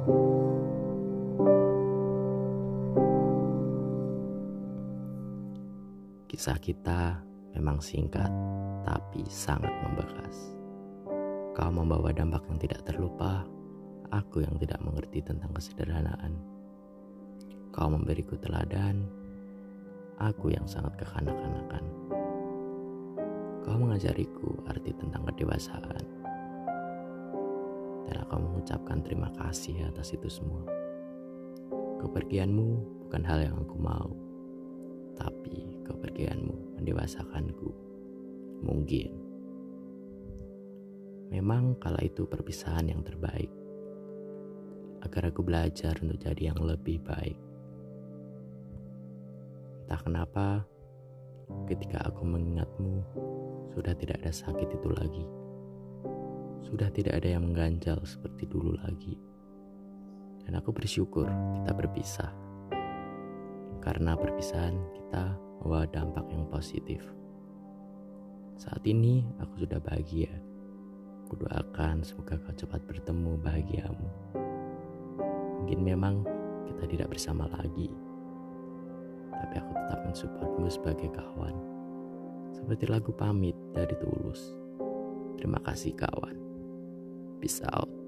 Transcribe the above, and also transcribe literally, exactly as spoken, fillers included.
Kisah kita memang singkat, tapi sangat membekas. Kau membawa dampak yang tidak terlupa, aku yang tidak mengerti tentang kesederhanaan. Kau memberiku teladan, aku yang sangat kekanak-kanakan. Kau mengajariku arti tentang kedewasaan, dan aku mengucapkan terima kasih atas itu semua. Kepergianmu bukan hal yang aku mau, tapi kepergianmu mendewasakanku. Mungkin memang kala itu perpisahan yang terbaik, agar aku belajar untuk jadi yang lebih baik. Entah kenapa, ketika aku mengingatmu, sudah tidak ada sakit itu lagi. Sudah tidak ada yang mengganjal seperti dulu lagi. Dan aku bersyukur kita berpisah, karena perpisahan kita membawa dampak yang positif. Saat ini aku sudah bahagia. Kudoakan semoga kau cepat bertemu bahagiamu. Mungkin memang kita tidak bersama lagi, tapi aku tetap mensupportmu sebagai kawan. Seperti lagu pamit dari Tulus. Terima kasih kawan. Peace out.